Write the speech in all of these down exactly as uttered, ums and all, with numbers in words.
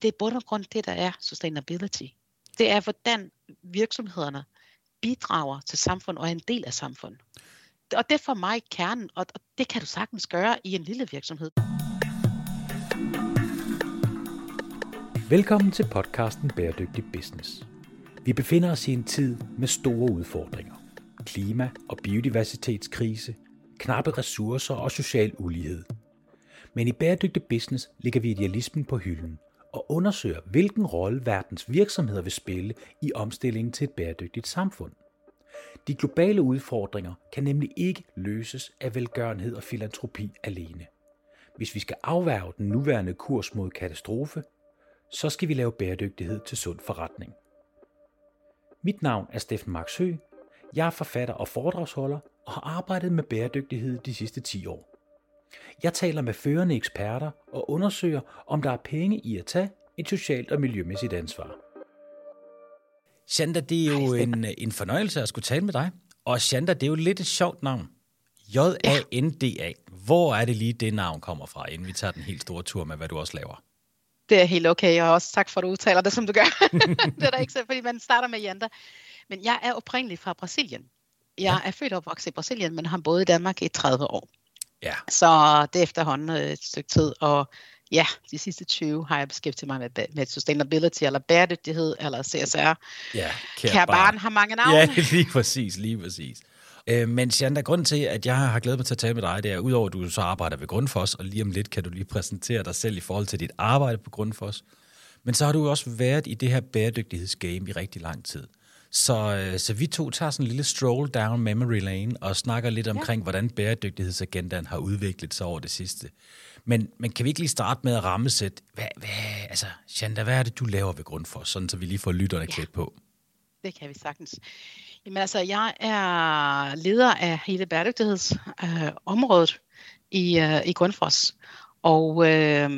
det er bund og grund det, der er sustainability. Det er, hvordan virksomhederne bidrager til samfundet og er en del af samfundet. Og det er for mig kernen, og det kan du sagtens gøre i en lille virksomhed. Velkommen til podcasten Bæredygtig Business. Vi befinder os i en tid med store udfordringer. Klima- og biodiversitetskrise, knappe ressourcer og social ulighed. Men i Bæredygtig Business lægger vi idealismen på hylden og undersøger, hvilken rolle verdens virksomheder vil spille i omstillingen til et bæredygtigt samfund. De globale udfordringer kan nemlig ikke løses af velgørenhed og filantropi alene. Hvis vi skal afværge den nuværende kurs mod katastrofe, så skal vi lave bæredygtighed til sund forretning. Mit navn er Steffen Marksø. Jeg er forfatter og foredragsholder og har arbejdet med bæredygtighed de sidste ti år. Jeg taler med førende eksperter og undersøger, om der er penge i at tage et socialt og miljømæssigt ansvar. Shanda, det er jo en, en fornøjelse at skulle tale med dig. Og Shanda, det er jo lidt et sjovt navn. J A N D A. Hvor er det lige, det navn kommer fra, inden vi tager den helt store tur med, hvad du også laver? Det er helt okay, og også tak for, at du udtaler det, som du gør. Det er da ikke så, fordi man starter med Janda. Men jeg er oprindelig fra Brasilien. Jeg ja. er født og opvokset i Brasilien, men har boet i Danmark i tredive år. Ja. Så det er efterhånden et stykke tid, og ja, de sidste tyve har jeg beskæftiget mig med, med sustainability, eller bæredygtighed, eller C S R. Ja, kære barn har mange navne. Ja, lige præcis, lige præcis. Øh, men Shanda, grunden til, at jeg har glædet mig til at tale med dig, det er, udover at du så arbejder ved Grundfos, og lige om lidt kan du lige præsentere dig selv i forhold til dit arbejde på Grundfos. Men så har du også været i det her bæredygtighedsgame i rigtig lang tid. Så, så vi to tager sådan en lille stroll down memory lane og snakker lidt omkring, ja. hvordan bæredygtighedsagendaen har udviklet sig over det sidste. Men, men kan vi ikke lige starte med at rammesætte, hvad, hvad, altså, Shanda, hvad er det, du laver ved Grundfos, sådan så vi lige får lytterne ja. klædt på? Det kan vi sagtens. Jamen altså, jeg er leder af hele bæredygtighedsområdet øh, i, øh, i Grundfos. Og øh,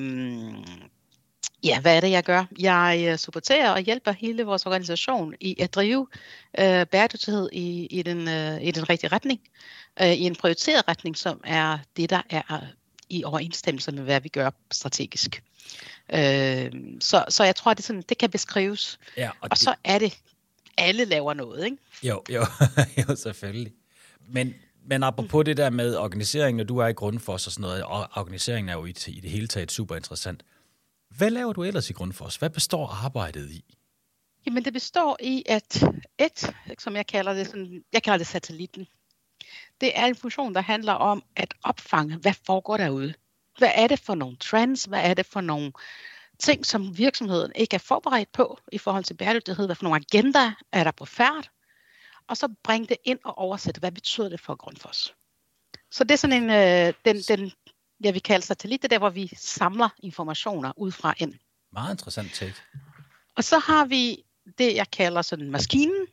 ja, hvad er det, jeg gør? Jeg supporterer og hjælper hele vores organisation i at drive øh, bæredygtighed i, i, den, øh, i den rigtige retning. Øh, I en prioriteret retning, som er det, der er i overensstemmelse med, hvad vi gør strategisk. Øh, så, så jeg tror, at det, sådan, det kan beskrives. Ja, og, og det... så er det, alle laver noget, ikke? Jo, jo, jo selvfølgelig. Men, men apropos mm. det der med organiseringen, og du er i Grundfos og sådan noget, og organiseringen er jo i, i det hele taget super interessant. Hvad laver du ellers i Grundfos? Hvad består arbejdet i? Jamen det består i, at et, som jeg kalder det, sådan, jeg kalder det satellitten. Det er en funktion, der handler om at opfange, hvad foregår derude. Hvad er det for nogle trends? Hvad er det for nogle ting, som virksomheden ikke er forberedt på i forhold til bæredygtighed? Hvad for nogle agendaer er der på færd? Og så bringe det ind og oversætte, hvad betyder det for Grundfos? Så det er sådan en, øh, den, den, jeg vil kalde satellit, det er der, hvor vi samler informationer ud fra ind. Meget interessant take. Og så har vi det, jeg kalder sådan maskinen.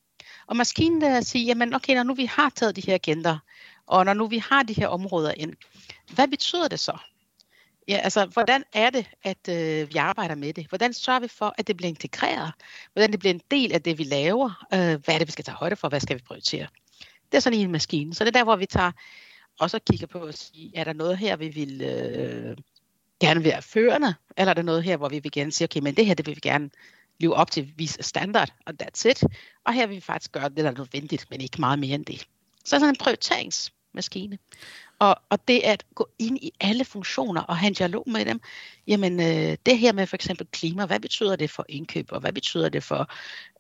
Og maskinen der siger, jamen okay, når nu vi har taget de her agendaer, og når nu vi har de her områder ind, hvad betyder det så? Ja, altså, hvordan er det, at øh, vi arbejder med det? Hvordan sørger vi for, at det bliver integreret? Hvordan det bliver en del af det, vi laver? Øh, hvad er det, vi skal tage højde for? Hvad skal vi prioritere? Det er sådan en maskine. Så det er der, hvor vi tager også og kigger på og sige, er der noget her, vi vil øh, gerne være førende? Eller er der noget her, hvor vi vil gerne sige, okay, men det her, det vil vi gerne leve op til, vise standard, og that's it. Og her vil vi faktisk gøre det, der er nødvendigt, men ikke meget mere end det. Så er sådan en prioriteringsmaskine. Og, og det at gå ind i alle funktioner og have en dialog med dem, jamen øh, det her med for eksempel klima, hvad betyder det for indkøb, og hvad betyder det for,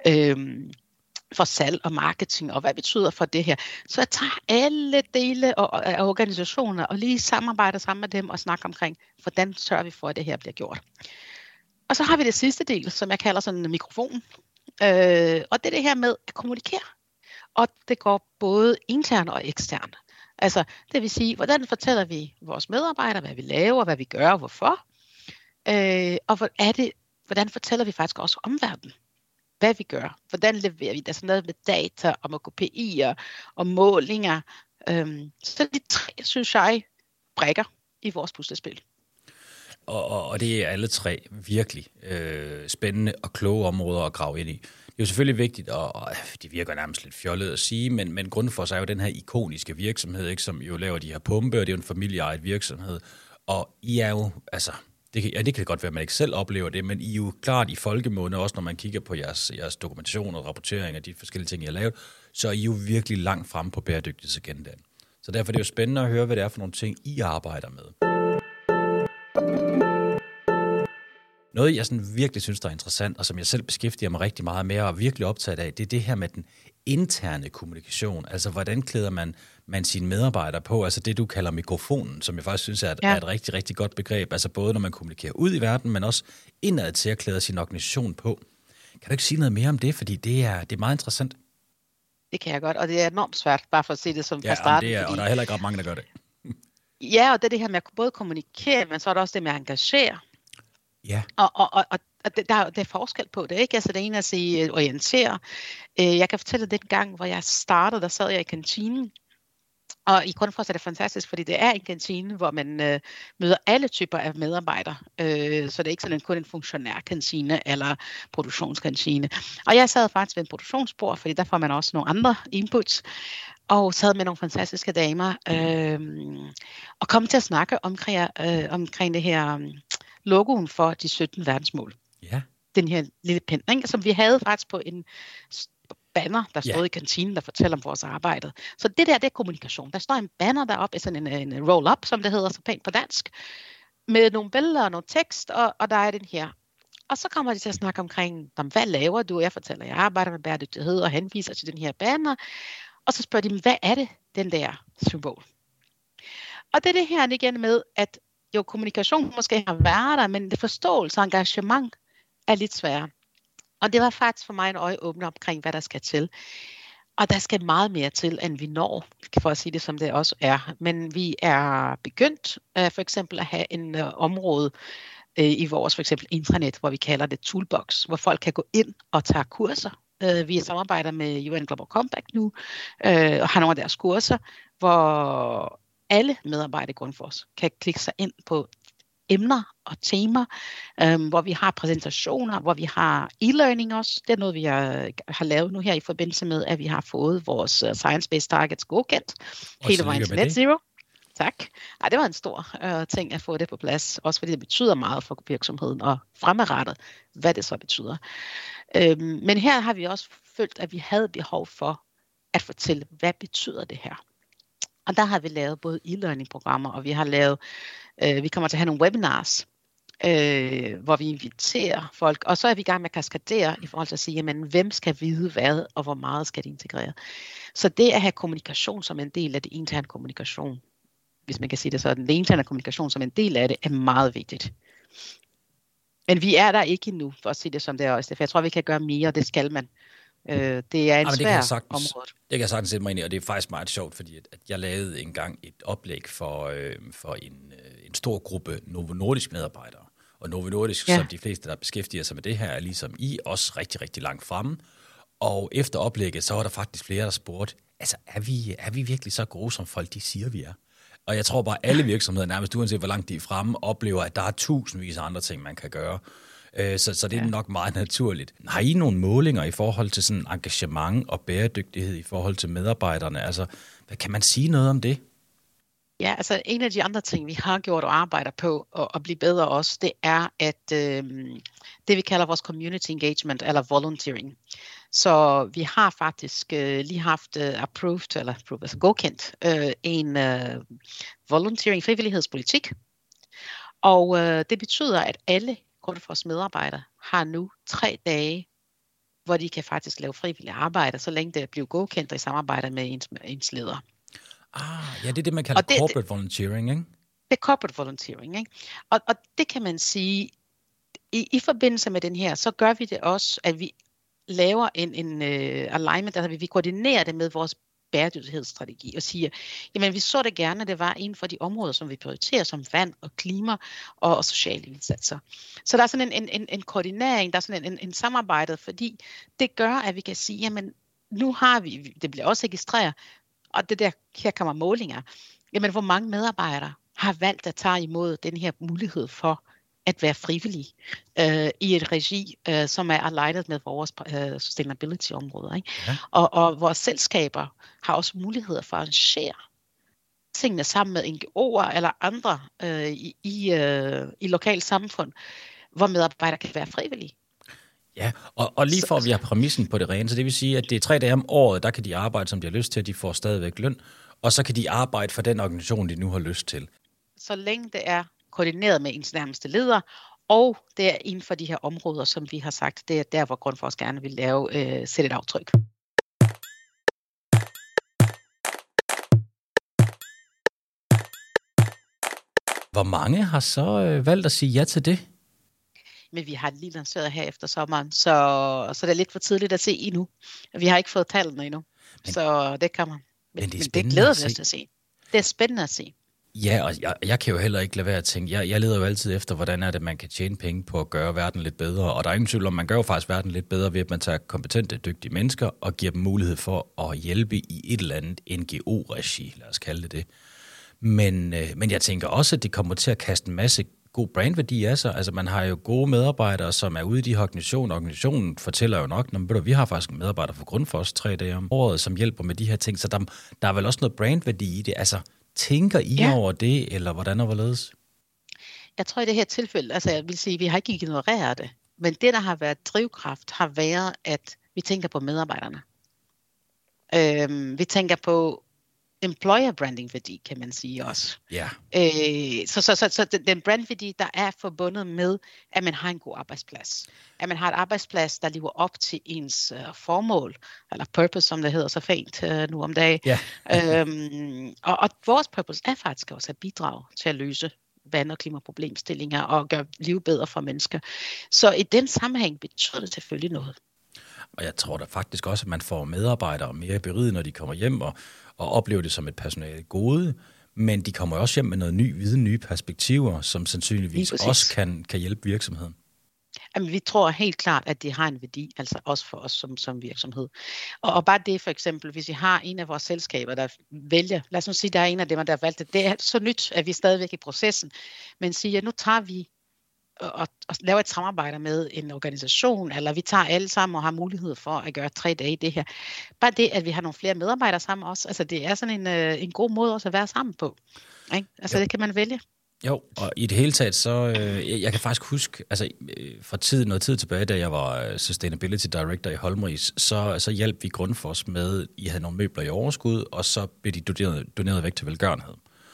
øh, for salg og marketing, og hvad betyder for det her? Så jeg tager alle dele af organisationer og lige samarbejder sammen med dem og snakker omkring, hvordan sørger vi for, at det her bliver gjort. Og så har vi det sidste del, som jeg kalder sådan en mikrofon, øh, og det er det her med at kommunikere. Og det går både internt og eksternt. Altså, det vil sige, hvordan fortæller vi vores medarbejdere, hvad vi laver, hvad vi gør, hvorfor? Øh, og hvor er det, hvordan fortæller vi faktisk også omverdenen, hvad vi gør? Hvordan leverer vi? Der er sådan noget med data og med K P I'er og målinger. Øh, så de tre, synes jeg, brækker i vores puslespil. Og, og, og det er alle tre virkelig øh, spændende og kloge områder at grave ind i. Det er jo selvfølgelig vigtigt, og, og det virker nærmest lidt fjollet at sige, men, men Grundfos er jo den her ikoniske virksomhed, ikke, som jo laver de her pumpe, og det er jo en familieejet virksomhed. Og I er jo, altså, Det kan, ja, det kan godt være, at man ikke selv oplever det, men I er jo klart i folkemunde, også når man kigger på jeres, jeres dokumentation og rapportering af de forskellige ting, I har lavet, så er I jo virkelig langt fremme på bæredygtighedsagendaen. Så derfor er det jo spændende at høre, hvad det er for nogle ting, I arbejder med. Noget, jeg sådan virkelig synes, der er interessant, og som jeg selv beskæftiger mig rigtig meget med og er virkelig optaget af, det er det her med den interne kommunikation. Altså, hvordan klæder man, man sine medarbejdere på? Altså det, du kalder mikrofonen, som jeg faktisk synes er et, ja. er et rigtig, rigtig godt begreb. Altså både når man kommunikerer ud i verden, men også indad til at klæde sin organisation på. Kan du ikke sige noget mere om det? Fordi det er, det er meget interessant. Det kan jeg godt, og det er enormt svært, bare for at se det som ja, fra starten. Det er, fordi... og der er heller ikke ret mange, der gør det. Ja, og det er det her med at både kommunikere, men så er der også det med at engagere. Ja. Og, og, og, og der, der er forskel på det, ikke? Altså det ene er at sige orientere. Jeg kan fortælle den gang, hvor jeg startede, der sad jeg i kantinen. Og i Grundfos er det fantastisk, fordi det er en kantine, hvor man øh, møder alle typer af medarbejdere. Øh, så det er ikke sådan kun en funktionærkantine eller produktionskantine. Og jeg sad faktisk ved en produktionsbord, fordi der får man også nogle andre inputs. Og sad med nogle fantastiske damer øh, og kom til at snakke omkring, øh, omkring det her øh, logoen for de sytten verdensmål. Ja. Den her lille pind, ikke? Som vi havde faktisk på en banner, der stod yeah. i kantinen, der fortæller om vores arbejde. Så det der, det er kommunikation. Der står en banner deroppe, sådan en, en roll-up, som det hedder så pænt på dansk, med nogle billeder og nogle tekst, og, og der er den her. Og så kommer de til at snakke omkring, hvad laver du? Jeg fortæller, jeg arbejder med bæredygtighed, og henviser til den her banner. Og så spørger de, hvad er det, den der symbol? Og det er det her igen med, at jo, kommunikation måske har været der, men det forståelse og engagement er lidt sværere. Og det var faktisk for mig en øjeåbner omkring, hvad der skal til. Og der skal meget mere til, end vi når, for at sige det som det også er. Men vi er begyndt uh, for eksempel at have en uh, område uh, i vores for eksempel intranet, hvor vi kalder det Toolbox, hvor folk kan gå ind og tage kurser. Uh, vi samarbejder med U N Global Compact nu, uh, og har nogle af deres kurser, hvor alle medarbejdere i Grundfos kan klikke sig ind på emner og temaer, øhm, hvor vi har præsentationer, hvor vi har e-learning også. Det er noget, vi har, har lavet nu her i forbindelse med, at vi har fået vores uh, Science-Based Targets godkendt hele vejen til Net Zero. Tak. Ej, det var en stor øh, ting at få det på plads, også fordi det betyder meget for virksomheden og fremadrettet, hvad det så betyder. Øhm, men her har vi også følt, at vi havde behov for at fortælle, hvad betyder det her? Og der har vi lavet både e-learning-programmer, og vi har lavet, øh, vi kommer til at have nogle webinars, øh, hvor vi inviterer folk, og så er vi i gang med at kaskadere i forhold til at sige, jamen, hvem skal vide hvad, og hvor meget skal det integrere. Så det at have kommunikation som en del af det interne kommunikation, hvis man kan sige det sådan, det interne kommunikation som en del af det, er meget vigtigt. Men vi er der ikke endnu, for at sige det som det er også, for jeg tror, vi kan gøre mere, og det skal man. Øh, det er en svær område. Det kan jeg sagtens sætte mig ind i, og det er faktisk meget sjovt, fordi at jeg lavede engang et oplæg for, øh, for en, øh, en stor gruppe Novo Nordisk medarbejdere. Og Novo Nordisk, ja. Som de fleste, der beskæftiger sig med det her, er ligesom I også rigtig, rigtig langt fremme. Og efter oplægget, så var der faktisk flere, der spurgte, altså er vi, er vi virkelig så gode, som folk de siger, vi er? Og jeg tror bare, at alle virksomheder, nærmest uanset hvor langt de er fremme, oplever, at der er tusindvis af andre ting, man kan gøre. Så, så det er ja. nok meget naturligt. Har I nogle målinger i forhold til sådan engagement og bæredygtighed i forhold til medarbejderne? Altså, hvad kan man sige noget om det? Ja, altså en af de andre ting, vi har gjort og arbejder på og, og blive bedre også, det er, at øh, det vi kalder vores community engagement eller volunteering. Så vi har faktisk øh, lige haft øh, approved, eller approved, altså godkendt, øh, en øh, volunteering frivillighedspolitik. Og øh, det betyder, at alle Grundfos medarbejdere har nu tre dage, hvor de kan faktisk lave frivillige arbejde, så længe det bliver godkendt i samarbejde med ens, ens leder. Ah, ja, det er det, man kalder det, corporate det, volunteering, ikke? Det er corporate volunteering, ikke? Og, og det kan man sige, i, i forbindelse med den her, så gør vi det også, at vi laver en, en uh, alignment, altså vi koordinerer det med vores bæredygtighedsstrategi og siger, jamen vi så det gerne, at det var inden for de områder, som vi prioriterer, som vand og klima og, og sociale indsatser. Så der er sådan en, en, en koordinering, der er sådan en, en, en samarbejde, fordi det gør, at vi kan sige, jamen nu har vi, det bliver også registreret, og det der, her kommer målinger, jamen hvor mange medarbejdere har valgt at tage imod den her mulighed for at være frivillig øh, i et regi, øh, som er alignet med vores øh, sustainability-områder. Ikke? Ja. Og, og vores selskaber har også muligheder for at arrangere tingene sammen med N G O'er eller andre øh, i, i, øh, i lokalt samfund, hvor medarbejdere kan være frivillige. Ja, og, og lige for at vi har præmissen på det rene, så det vil sige, at det er tre dage om året, der kan de arbejde, som de har lyst til, at de får stadigvæk løn, og så kan de arbejde for den organisation, de nu har lyst til. Så længe det er koordineret med ens nærmeste leder, og det er inden for de her områder, som vi har sagt, det er der, hvor Grundfos gerne vil lave, øh, sætte et aftryk. Hvor mange har så øh, valgt at sige ja til det? Men vi har lige lanceret her efter sommeren, så, så det er lidt for tidligt at se endnu. Vi har ikke fået tallene endnu, men, så det kan man. Men, men det, men det glæder vi os til at se. Det er spændende at se. Ja, og jeg, jeg kan jo heller ikke lade være at tænke, jeg, jeg leder jo altid efter, hvordan er det, man kan tjene penge på at gøre verden lidt bedre, og der er ingen tvivl om, man gør jo faktisk verden lidt bedre ved, at man tager kompetente, dygtige mennesker og giver dem mulighed for at hjælpe i et eller andet N G O-regi, lad os kalde det det. Men, øh, men jeg tænker også, at det kommer til at kaste en masse god brandværdi af sig. Altså man har jo gode medarbejdere, som er ude i de her organisationer. Organisationen fortæller jo nok, når vi har faktisk medarbejdere for Grundfos tre dage om året, som hjælper med de her ting. Så der, der er vel også noget brandværdi i det. Altså tænker I ja. over det, eller hvordan og hvorledes? Jeg tror i det her tilfælde, altså jeg vil sige, vi har ikke ignoreret det. Men det, der har været drivkraft, har været, at vi tænker på medarbejderne. Øhm, vi tænker på employer branding værdi, kan man sige også. Ja. Øh, så, så, så, så den brandværdi, der er forbundet med, at man har en god arbejdsplads. At man har et arbejdsplads, der lever op til ens uh, formål, eller purpose, som det hedder så fint uh, nu om dagen. Ja. øhm, og, og vores purpose er faktisk også at bidrage til at løse vand- og klimaproblemstillinger og gøre livet bedre for mennesker. Så i den sammenhæng betyder det selvfølgelig noget. Og jeg tror da faktisk også, at man får medarbejdere mere beriget, når de kommer hjem og, og oplever det som et personale gode, men de kommer også hjem med noget ny viden, nye perspektiver, som sandsynligvis også kan, kan hjælpe virksomheden. Jamen, vi tror helt klart, at det har en værdi, altså også for os som, som virksomhed. Og, og bare det for eksempel, hvis I har en af vores selskaber, der vælger, lad os nu sige, der er en af dem, der har valgt det, det er så nyt, at vi er stadigvæk i processen, men siger, at nu tager vi og, og laver et samarbejde med en organisation, eller vi tager alle sammen og har mulighed for at gøre tre dage i det her. Bare det, at vi har nogle flere medarbejdere sammen også, altså det er sådan en, en god måde også at være sammen på. Ikke? Altså jo. Det kan man vælge. Jo, og i det hele taget, så øh, jeg kan faktisk huske, altså øh, fra tid, noget tid tilbage, da jeg var Sustainability Director i Holmris, så, så hjalp vi Grundfos med, I havde nogle møbler i overskud, og så blev de doneret, doneret væk til velgørenhed.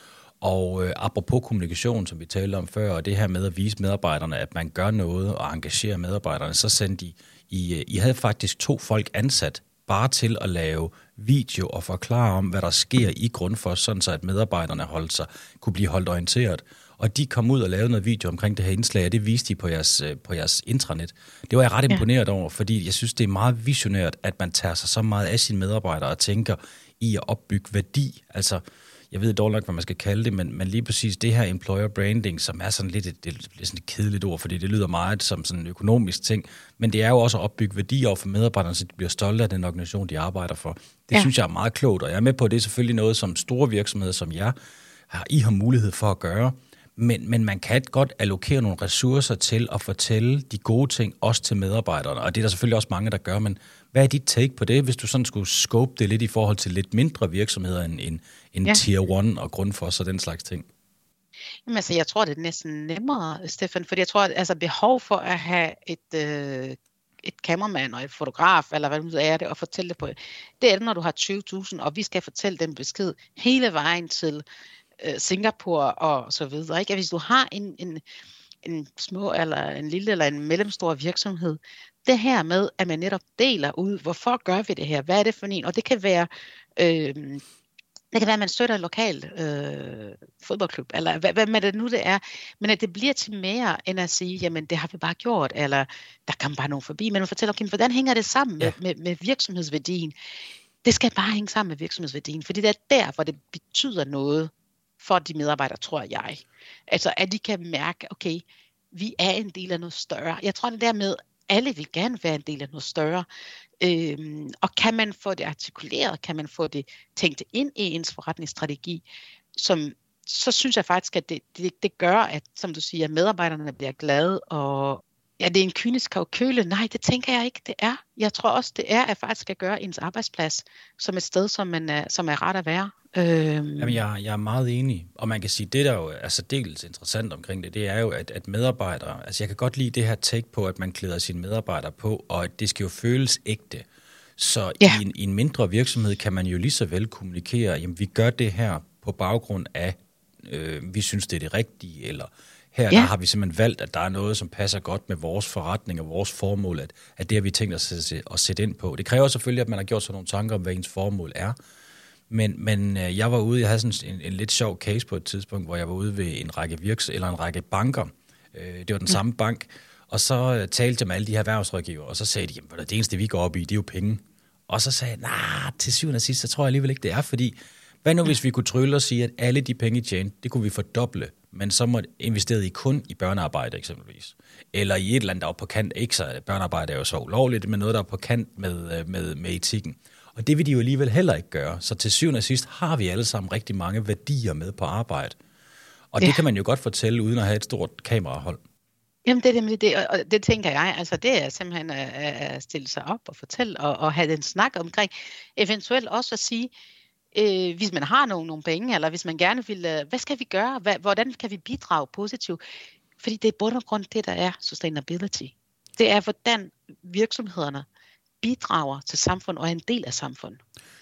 Og øh, apropos kommunikation, som vi talte om før, og det her med at vise medarbejderne, at man gør noget og engagerer medarbejderne, så sendte de, I, I havde faktisk to folk ansat, bare til at lave video og forklare om, hvad der sker i Grundfos, sådan så at medarbejderne holdt sig, kunne blive holdt orienteret. Og de kom ud og lavede noget video omkring det her indslag, og det viste de på jeres, på jeres intranet. Det var jeg ret imponeret ja. over, fordi jeg synes, det er meget visionært, at man tager sig så meget af sine medarbejdere og tænker i at opbygge værdi. Altså, jeg ved dårligt nok, hvad man skal kalde det, men, men lige præcis det her employer branding, som er sådan lidt et, det er sådan et kedeligt ord, fordi det lyder meget som sådan en økonomisk ting, men det er jo også at opbygge værdi over for medarbejderne, så de bliver stolte af den organisation, de arbejder for. Det ja. synes jeg er meget klogt, og jeg er med på, at det er selvfølgelig noget, som store virksomheder som jer, har, I har mulighed for at gøre, men, men man kan godt allokere nogle ressourcer til at fortælle de gode ting også til medarbejderne, og det er der selvfølgelig også mange, der gør, men hvad er dit take på det, hvis du sådan skulle scope det lidt i forhold til lidt mindre virksomheder end, end, end ja. Tier et og Grundfos og den slags ting? Jamen altså, jeg tror, det er næsten nemmere, Stefan, fordi jeg tror, at altså, behov for at have et, øh, et kameramand og et fotograf, eller hvad nu er det, og fortælle det på, det er det, når du har tyve tusind, og vi skal fortælle den besked hele vejen til øh, Singapore og så videre. Ikke? Hvis du har en, en, en små, eller en lille, eller en mellemstor virksomhed, det her med, at man netop deler ud, hvorfor gør vi det her, hvad er det for en, og det kan være, øh, det kan være, at man støtter en lokal øh, fodboldklub, eller hvad, hvad med det nu det er, men at det bliver til mere, end at sige, jamen det har vi bare gjort, eller der kommer bare nogen forbi, men man fortæller, okay, hvordan hænger det sammen med, ja. med, med virksomhedsværdien? Det skal bare hænge sammen med virksomhedsværdien, fordi det er der, hvor det betyder noget for de medarbejdere, tror jeg. Altså, at de kan mærke, okay, vi er en del af noget større. Jeg tror, det der med, alle vil gerne være en del af noget større. Øhm, og kan man få det artikuleret, kan man få det tænkt ind i ens forretningsstrategi, som, så synes jeg faktisk, at det, det, det gør, at, som du siger, medarbejderne bliver glade, og ja, det er en kynisk kalkyle. Nej, det tænker jeg ikke, det er. Jeg tror også, det er at faktisk at gøre ens arbejdsplads som et sted, som, man er, som er ret at være. Øhm. Jamen, jeg, jeg er meget enig, og man kan sige, det der jo er særdeles interessant omkring det, det er jo, at, at medarbejdere, altså jeg kan godt lide det her take på, at man klæder sine medarbejdere på, og at det skal jo føles ægte. Så ja. i, en, i en mindre virksomhed kan man jo lige så vel kommunikere, jamen vi gør det her på baggrund af, øh, vi synes det er det rigtige, eller her ja. der har vi simpelthen valgt, at der er noget, som passer godt med vores forretning og vores formål, at, at det har vi tænkt os at, at sætte ind på. Det kræver selvfølgelig, at man har gjort sig nogle tanker om, hvad ens formål er. Men, men jeg var ude, jeg havde sådan en, en lidt sjov case på et tidspunkt, hvor jeg var ude ved en række virks eller en række banker. Det var den samme bank, og så talte jeg med alle de her erhvervsrådgivere, og så sagde de, jamen det eneste vi går op i, det er jo penge. Og så sagde jeg, nej, til syvende og sidst, så tror jeg alligevel ikke, det er, fordi hvad nu hvis vi kunne trylle og sige, at alle de penge, I tjente, det kunne vi fordoble, men så må investere I kun i børnearbejde eksempelvis. Eller i et eller andet, der er på kant, ikke så børnearbejde er jo så ulovligt, men noget, der er på kant med, med, med etikken. Og det vil de jo alligevel heller ikke gøre. Så til syvende og sidst har vi alle sammen rigtig mange værdier med på arbejde. Og ja. det kan man jo godt fortælle, uden at have et stort kamerahold. Jamen det er nemlig det, og det tænker jeg, altså det er simpelthen at stille sig op og fortælle, og, og have den snak omkring, eventuelt også at sige, øh, hvis man har nogle, nogle penge, eller hvis man gerne vil, øh, hvad skal vi gøre, hvad, hvordan kan vi bidrage positivt? Fordi det er bund og grund det, der er sustainability. Det er, hvordan virksomhederne bidrager til samfundet og er en del af samfundet.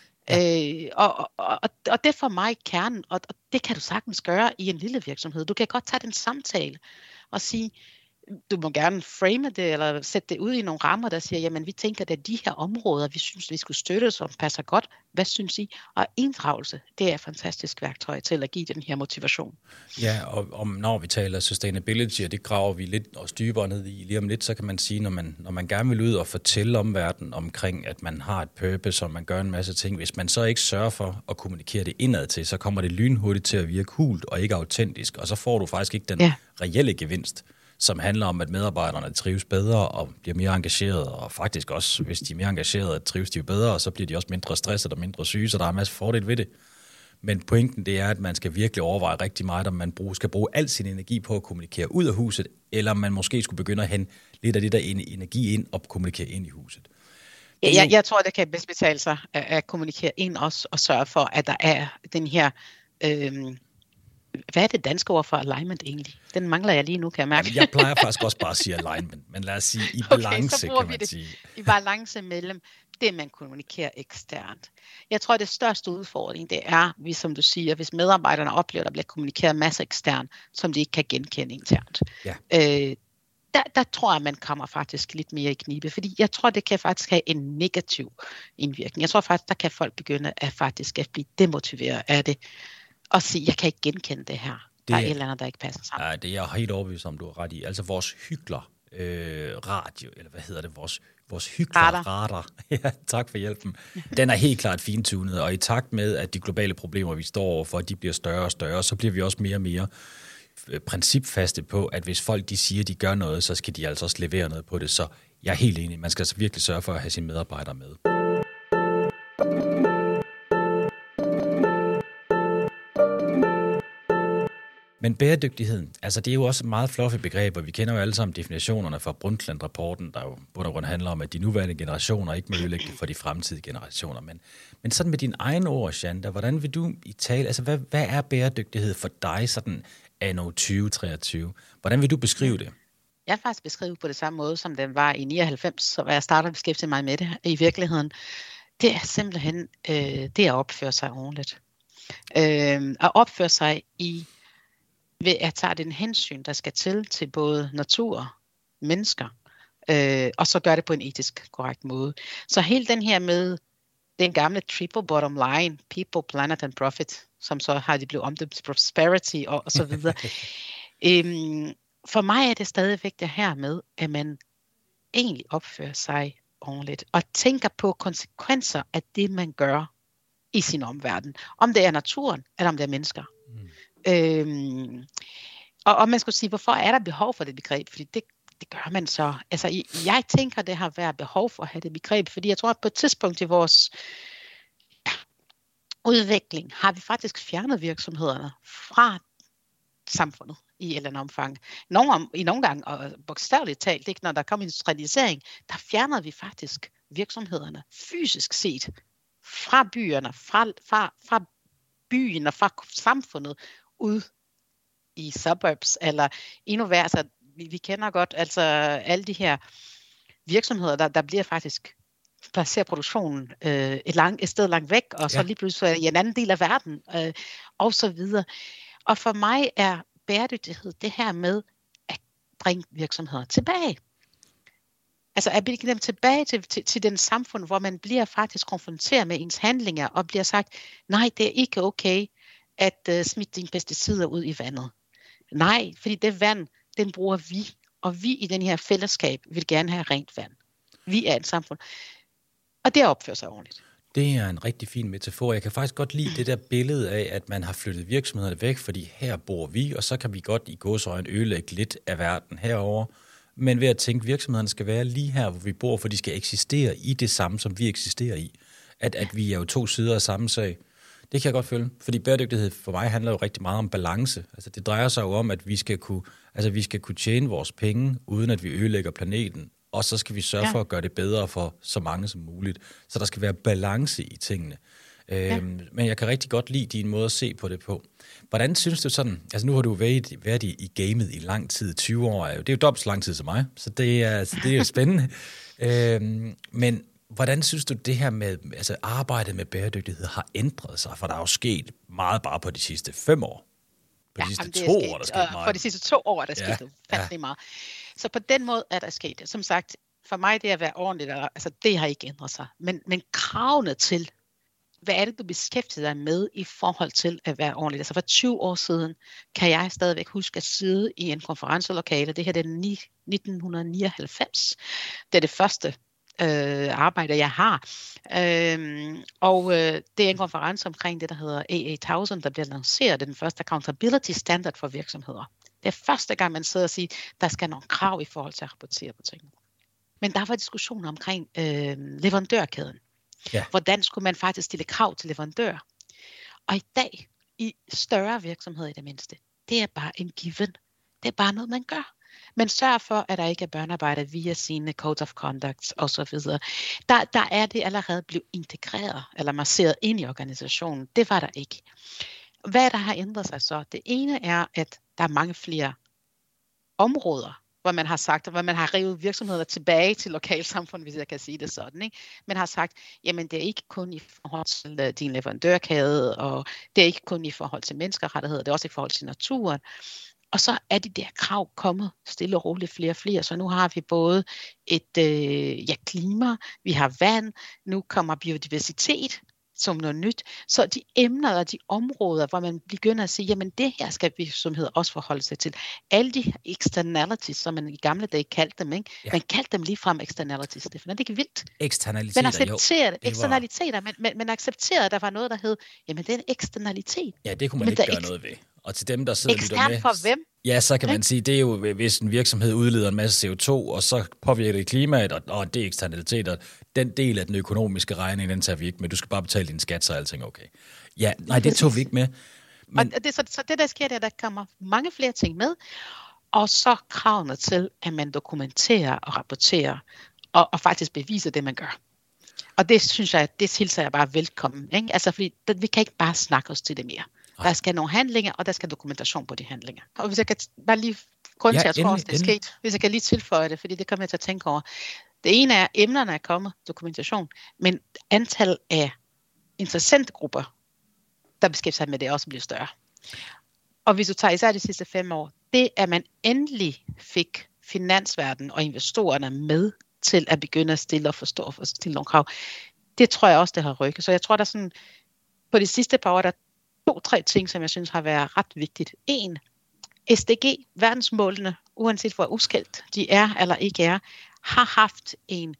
Ja. Øh, og, og, og det er for mig kernen, og, og det kan du sagtens gøre i en lille virksomhed. Du kan godt tage den samtale og sige, du må gerne frame det, eller sætte det ud i nogle rammer, der siger, jamen vi tænker, det er de her områder, vi synes, vi skulle støtte, som passer godt. Hvad synes I? Og inddragelse, det er et fantastisk værktøj til at give den her motivation. Ja, og om, når vi taler sustainability, og det graver vi lidt og dybere ned i lige om lidt, så kan man sige, når man, når man gerne vil ud og fortælle omverdenen omkring, at man har et purpose, og man gør en masse ting, hvis man så ikke sørger for at kommunikere det indad til, så kommer det lynhurtigt til at virke hult og ikke autentisk, og så får du faktisk ikke den ja. reelle gevinst, som handler om, at medarbejderne trives bedre og bliver mere engagerede, og faktisk også, hvis de er mere engagerede, trives de jo bedre, og så bliver de også mindre stresset og mindre syge, så der er en masse fordel ved det. Men pointen det er, at man skal virkelig overveje rigtig meget, om man bruge, skal bruge al sin energi på at kommunikere ud af huset, eller om man måske skulle begynde at hente lidt af det der energi ind og kommunikere ind i huset. Ja, jeg, jeg tror, det kan bedst betale sig at, at kommunikere ind også, og sørge for, at der er den her... Øhm Hvad er det danske ord for alignment egentlig? Den mangler jeg lige nu, kan jeg mærke. Jamen, jeg plejer faktisk også bare at sige alignment, men lad os sige i balance, okay, kan man sige. I balance mellem det, man kommunikerer eksternt. Jeg tror, det største udfordring, det er, hvis, som du siger, hvis medarbejderne oplever, at der bliver kommunikeret masser eksternt, som de ikke kan genkende internt. Ja. Øh, der, der tror jeg, man kommer faktisk lidt mere i knibe, fordi jeg tror, det kan faktisk have en negativ indvirkning. Jeg tror faktisk, der kan folk begynde at faktisk at blive demotiveret af det, og sige, jeg kan ikke genkende det her. Der er et eller andet, der ikke passer sammen. Nej, det er jeg helt overbevist om, du har ret i. Altså vores hykler øh, radio, eller hvad hedder det, vores, vores hykler radar. radar. Ja, tak for hjælpen. Den er helt klart fintunet, og i takt med, at de globale problemer, vi står overfor, de bliver større og større, så bliver vi også mere og mere principfaste på, at hvis folk de siger, de gør noget, så skal de altså også levere noget på det. Så jeg er helt enig, man skal altså virkelig sørge for at have sine medarbejdere med. Men bæredygtigheden, altså det er jo også et meget fluffy begreb, og vi kender jo alle sammen definitionerne fra Brundtland-rapporten, der jo bund og grund handler om, at de nuværende generationer ikke må ødelægge det for de fremtidige generationer. Men, men sådan med dine egne ord, Shanda, hvordan vil du i tale, altså hvad, hvad er bæredygtighed for dig sådan anno tyve treogtyve? Hvordan vil du beskrive det? Jeg har faktisk beskrevet på det samme måde, som den var i nioghalvfems, så jeg startede at beskæftige mig med det i virkeligheden. Det er simpelthen øh, det at opføre sig ordentligt. Øh, at opføre sig i ved at tage den hensyn, der skal til til både natur, mennesker, øh, og så gøre det på en etisk korrekt måde. Så hele den her med den gamle triple bottom line, people, planet and profit, som så har de blevet omdøbt prosperity og, og så videre. øhm, for mig er det stadigvæk det her med, at man egentlig opfører sig ordentligt, og tænker på konsekvenser af det, man gør i sin omverden. Om det er naturen, eller om det er mennesker. Mm. Øhm, og, og man skulle sige, hvorfor er der behov for det begreb? Fordi det, det gør man så. Altså, jeg tænker, det har været behov for at have det begreb, fordi jeg tror, at på et tidspunkt i vores ja, udvikling, har vi faktisk fjernet virksomhederne fra samfundet i et eller andet omfang. Nogle, I nogle gange, og bogstaveligt talt, ikke, når der kom industrialisering, der fjernede vi faktisk virksomhederne fysisk set fra byerne, fra, fra, fra byen og fra samfundet ud i suburbs, eller endnu værre, altså, vi, vi kender godt altså alle de her virksomheder, der, der bliver faktisk placerer produktionen øh, et, lang, et sted langt væk, og ja. så lige pludselig i en anden del af verden, øh, og så videre. Og for mig er bæredygtighed det her med at bringe virksomheder tilbage. Altså at bringe dem tilbage til, til, til den samfund, hvor man bliver faktisk konfronteret med ens handlinger, og bliver sagt, nej, det er ikke okay at uh, smide dine pesticider ud i vandet. Nej, fordi det vand, den bruger vi, og vi i den her fællesskab vil gerne have rent vand. Vi er et samfund. Og det opfører sig ordentligt. Det er en rigtig fin metafor. Jeg kan faktisk godt lide det der billede af, at man har flyttet virksomhederne væk, fordi her bor vi, og så kan vi godt i gåseøjne ødelægge lidt af verden herover. Men ved at tænke, at virksomhederne skal være lige her, hvor vi bor, for de skal eksistere i det samme, som vi eksisterer i. At, at vi er jo to sider af samme sag. Det kan jeg godt føle, fordi bæredygtighed for mig handler jo rigtig meget om balance. Altså det drejer sig jo om, at vi skal kunne, altså vi skal kunne tjene vores penge, uden at vi ødelægger planeten. Og så skal vi sørge ja. for at gøre det bedre for så mange som muligt. Så der skal være balance i tingene. Ja. Øhm, men jeg kan rigtig godt lide din måde at se på det på. Hvordan synes du sådan, altså nu har du været, været i, i gamet i lang tid, tyve år, det er jo dobbelt så lang tid som mig, så det er, altså, det er jo spændende. øhm, men hvordan synes du det her med altså arbejdet med bæredygtighed har ændret sig? For der er jo sket meget bare på de sidste fem år. På ja, de sidste to to år, der er sket meget. For de sidste to år er der ja. sket ufattelig ja. meget. Så på den måde er der sket. Som sagt, for mig det at være ordentligt, altså det har ikke ændret sig. Men, men kravene til, hvad er det, du beskæftiger dig med i forhold til at være ordentligt? Altså for tyve år siden kan jeg stadigvæk huske at sidde i en konferencelokale. Det her det er nitten nioghalvfems. Det er det første øh, arbejde, jeg har. Øhm, og øh, det er en konference omkring det, der hedder A otte tusind, der bliver lanceret. Det er den første accountability standard for virksomheder. Det er første gang, man sidder og siger, der skal nogle krav i forhold til at rapportere på tingene. Men der var diskussioner omkring øh, leverandørkæden. Ja. Hvordan skulle man faktisk stille krav til leverandør? Og i dag, i større virksomheder i det mindste, det er bare en given. Det er bare noget, man gør. Man sørger for, at der ikke er børnearbejde via sine codes of conduct osv. Der, der er det allerede blevet integreret eller masseret ind i organisationen. Det var der ikke. Hvad der har ændret sig så? Det ene er, at der er mange flere områder, hvor man har sagt, hvor man har revet virksomheder tilbage til lokalsamfund, hvis jeg kan sige det sådan. Ikke? Man har sagt, jamen det er ikke kun i forhold til din leverandørkæde, og det er ikke kun i forhold til menneskerettigheder, det er også i forhold til naturen. Og så er de der krav kommet stille og roligt flere og flere, så nu har vi både et øh, ja, klima, vi har vand, nu kommer biodiversitet som noget nyt. Så de emner og de områder, hvor man begynder at sige, jamen det her skal virksomheder også forholde sig til. Alle de externalities, som man i gamle dage kaldte dem, ikke? Ja. Man kaldte dem ligefrem externalities, Stefan. Er det ikke vildt? Eksternaliteter, man accepterede, jo. Eksternaliteter, men, men, men accepterede, at der var noget, der hed, jamen det er en eksternalitet. Ja, det kunne man men ikke gøre ekst- noget ved. Og til dem, der sidder og lytter med, for hvem? Ja, så kan man sige, det er jo, hvis en virksomhed udleder en masse C O to, og så påvirker det klimaet, og, og det er eksternaliteter. Den del af den økonomiske regning, den tager vi ikke med. Du skal bare betale din skat, så er alting okay. Ja, nej, det tog vi ikke med. Men... Og det, så, så det, der sker, det er, der kommer mange flere ting med, og så kravene til, at man dokumenterer og rapporterer, og, og faktisk beviser det, man gør. Og det synes jeg, det hilser jeg bare velkommen. Ikke? Altså, fordi vi kan ikke bare snakke os til det mere. Der skal nogle handlinger, og der skal dokumentation på de handlinger. Og hvis jeg kan bare lige, grund til, ja, at jeg tror også, det er sket, hvis jeg kan lige tilføje det, fordi det kommer jeg til at tænke over. Det ene er, emnerne er kommet, dokumentation, men antal af interessante grupper, der beskæftiger sig med det, også bliver større. Og hvis du tager især de sidste fem år, det er, at man endelig fik finansverdenen og investorerne med til at begynde at stille og forstå og stille nogle krav, det tror jeg også, det har rykket. Så jeg tror, der sådan, på de sidste par år, der to-tre ting, som jeg synes har været ret vigtigt. En, S D G, verdensmålene, uanset hvor uskældt de er eller ikke er, har haft en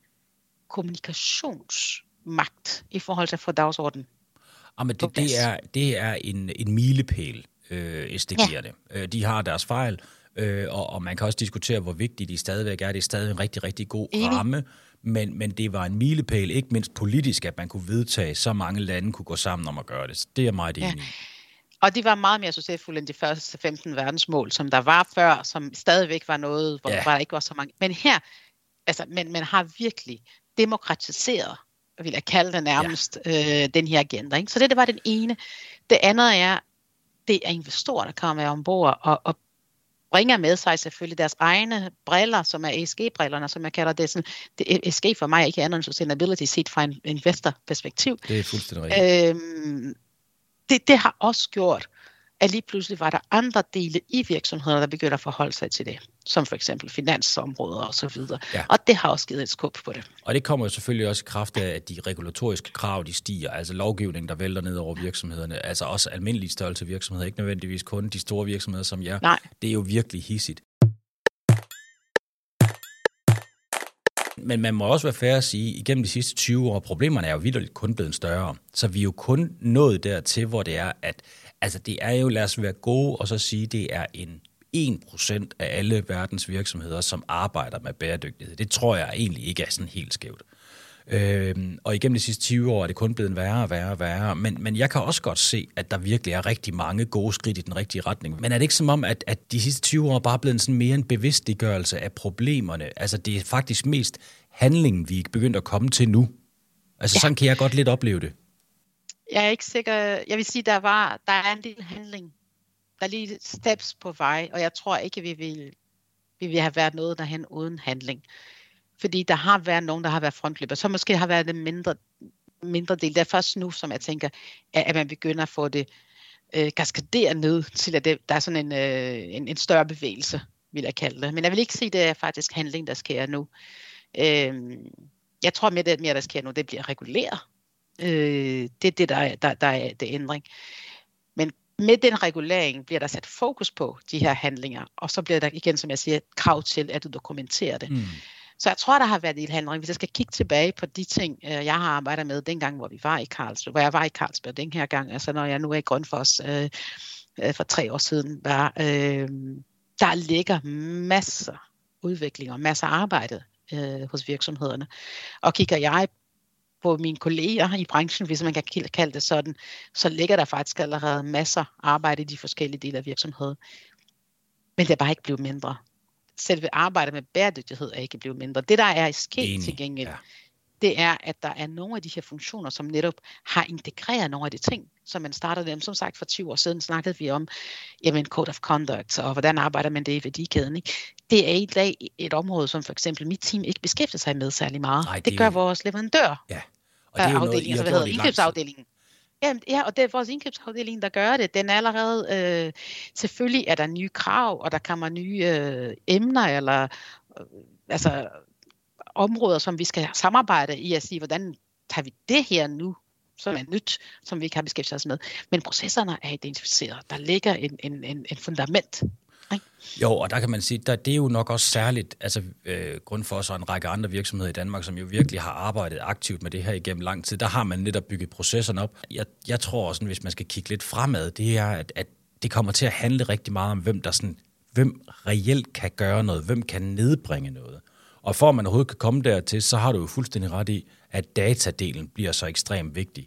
kommunikationsmagt i forhold til at få dagsordenen. Ja, men det, det, er, det er en, en milepæl, øh, S D G'erne. Ja. De har deres fejl, øh, og, og man kan også diskutere, hvor vigtigt de stadigvæk er. Det er stadig en rigtig, rigtig god Enig. ramme. Men, men det var en milepæl, ikke mindst politisk, at man kunne vedtage, så mange lande kunne gå sammen om at gøre det. Det er meget enig i. Ja. Og de var meget mere succesfulde end de første femten verdensmål, som der var før, som stadigvæk var noget, hvor ja. der ikke var så mange. Men her, altså, men man har virkelig demokratiseret vil jeg kalde det nærmest, ja. øh, den her agenda. Ikke? Så det, det var den ene. Det andet er, det er investorer, der kommer ombord og, og bringer med sig selvfølgelig deres egne briller, som er E S G-brillerne, som jeg kalder det. Sådan, det E S G for mig er ikke andet end sustainability set fra en investorperspektiv. Det er fuldstændig rigtigt. Øhm, det, det har også gjort, at lige pludselig var der andre dele i virksomheder, der begyndte at forholde sig til det, som for eksempel finansområder og så videre. Ja. Og det har også givet et skub på det. Og det kommer jo selvfølgelig også i kraft af, at de regulatoriske krav, de stiger, altså lovgivning, der vælter ned over virksomhederne, altså også almindelige størrelse virksomheder, ikke nødvendigvis kun de store virksomheder som jer. Nej. Det er jo virkelig hissigt. Men man må også være fair at sige, at igennem de sidste tyve år, problemerne er jo vitterligt kun blevet større. Så vi er jo kun nået dertil, hvor det er, at altså det er jo, lad os være gode og så sige, det er en en procent af alle verdens virksomheder, som arbejder med bæredygtighed. Det tror jeg egentlig ikke er sådan helt skævt. Øhm, og igennem de sidste tyve år er det kun blevet værre og værre og værre. Men, men jeg kan også godt se, at der virkelig er rigtig mange gode skridt i den rigtige retning. Men er det ikke som om, at, at de sidste tyve år bare er blevet sådan mere en bevidstgørelse af problemerne? Altså det er faktisk mest handlingen, vi er begyndt at komme til nu. Altså ja. Sådan kan jeg godt lidt opleve det. Jeg er ikke sikker. Jeg vil sige, der var der er en del handling. Der er lige steps på vej, og jeg tror ikke, vi vil, vi vil have været noget derhen uden handling. Fordi der har været nogen, der har været frontløber, så måske har været en mindre, mindre del. Det er først nu, som jeg tænker, at man begynder at få det øh, kaskaderet ned til, at det, der er sådan en, øh, en, en større bevægelse, vil jeg kalde det. Men jeg vil ikke sige, at det er faktisk handling, der sker nu. Øh, jeg tror mere, det mere, der sker nu, det bliver reguleret. Øh, det er det, der er, der, der er det ændring. Men med den regulering bliver der sat fokus på de her handlinger, og så bliver der igen, som jeg siger, krav til, at du dokumenterer det. Mm. Så jeg tror, der har været en handling. Hvis jeg skal kigge tilbage på de ting, jeg har arbejdet med dengang, hvor vi var i Carlsberg, hvor jeg var i Carlsberg den her gang, altså når jeg nu er i Grundfos øh, for tre år siden, var, øh, der ligger masser udvikling og masser arbejde øh, hos virksomhederne. Og kigger jeg på mine kolleger i branchen, hvis man kan kalde det sådan, så ligger der faktisk allerede masser arbejde i de forskellige dele af virksomheden. Men det er bare ikke blevet mindre. Selve arbejdet med bæredygtighed er ikke blevet mindre. Det, der er sket til gengæld, ja. Det er, at der er nogle af de her funktioner, som netop har integreret nogle af de ting, som man startede dem. Som sagt, for tyve år siden snakkede vi om jamen, Code of Conduct, og hvordan arbejder man det i værdikæden. Ikke? Det er i dag et område, som for eksempel mit team ikke beskæftiger sig med særlig meget. Ej, det, det gør vores leverandør. Ja, og det er jo noget, I har gjort i indkøbsafdelingen. Ja, ja, og det er vores indkøbsafdeling, der gør det. Den er allerede, øh, selvfølgelig er der nye krav, og der kommer nye øh, emner, eller øh, altså områder, som vi skal samarbejde i at sige, hvordan tager vi det her nu, som er nyt, som vi ikke har beskæftiget os med. Men processerne er identificeret. Der ligger en, en, en, en fundament. Jo, og der kan man sige, at det er jo nok også særligt, altså øh, Grundfos og en række andre virksomheder i Danmark, som jo virkelig har arbejdet aktivt med det her igennem lang tid, der har man netop bygget processerne op. Jeg, jeg tror også, hvis man skal kigge lidt fremad, det er, at, at det kommer til at handle rigtig meget om, hvem der sådan, hvem reelt kan gøre noget, hvem kan nedbringe noget. Og for at man overhovedet kan komme dertil, så har du jo fuldstændig ret i, at datadelen bliver så ekstremt vigtig.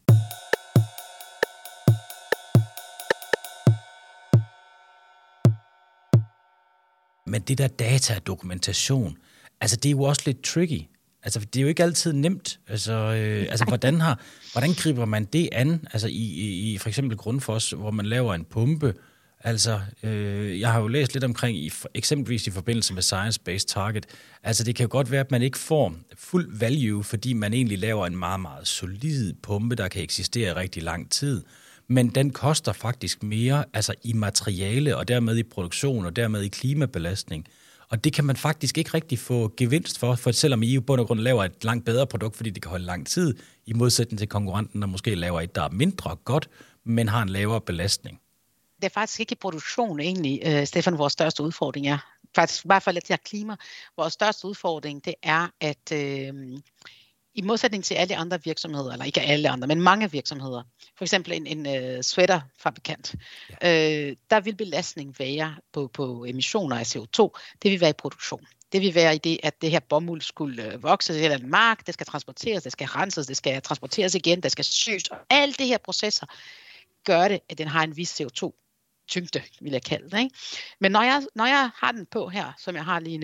Men det der data og dokumentation, altså det er jo også lidt tricky. Altså det er jo ikke altid nemt. Altså, øh, altså hvordan, har, hvordan griber man det an? Altså i, i, i for eksempel Grundfos, hvor man laver en pumpe. Altså øh, jeg har jo læst lidt omkring, i, eksempelvis i forbindelse med Science-Based Target. Altså det kan jo godt være, at man ikke får fuld value, fordi man egentlig laver en meget, meget solid pumpe, der kan eksistere i rigtig lang tid. Men den koster faktisk mere altså i materiale, og dermed i produktion, og dermed i klimabelastning. Og det kan man faktisk ikke rigtig få gevinst for, for selvom I jo bund og grund laver et langt bedre produkt, fordi det kan holde lang tid, i modsætning til konkurrenten, der måske laver et, der er mindre godt, men har en lavere belastning. Det er faktisk ikke i produktion egentlig, uh, Stefan, vores største udfordring er. Faktisk i hvert fald til klima. Vores største udfordring, det er, at øh, i modsætning til alle andre virksomheder, eller ikke alle andre, men mange virksomheder, for eksempel en, en uh, sweaterfabrikant, ja. øh, der vil belastning være på, på emissioner af C O to, det vil være i produktion. Det vil være i det, at det her bomuld skulle øh, vokse til en mark, det skal transporteres, det skal renses, det skal transporteres igen, det skal sys, og alle de her processer gør det, at den har en vis C O to tyngde, vil jeg kalde det. Ikke? Men når jeg, når jeg har den på her, som jeg har lige nu,